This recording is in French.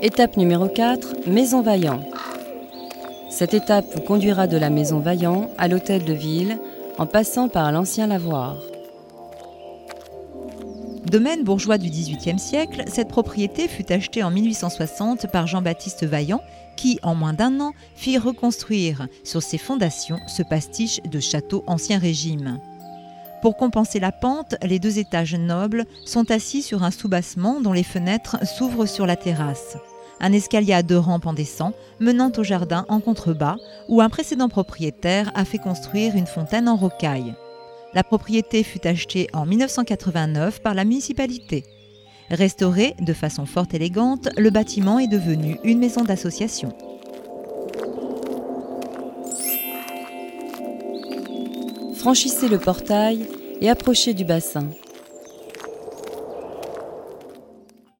Étape numéro 4, Maison Vaillant. Cette étape vous conduira de la Maison Vaillant à l'hôtel de ville, en passant par l'ancien lavoir. Domaine bourgeois du XVIIIe siècle, cette propriété fut achetée en 1860 par Jean-Baptiste Vaillant, qui, en moins d'un an, fit reconstruire sur ses fondations ce pastiche de château Ancien Régime. Pour compenser la pente, les 2 étages nobles sont assis sur un soubassement dont les fenêtres s'ouvrent sur la terrasse. Un escalier à 2 rampes en descend, menant au jardin en contrebas, où un précédent propriétaire a fait construire une fontaine en rocaille. La propriété fut achetée en 1989 par la municipalité. Restauré de façon fort élégante, le bâtiment est devenu une maison d'association. Franchissez le portail et approchez du bassin.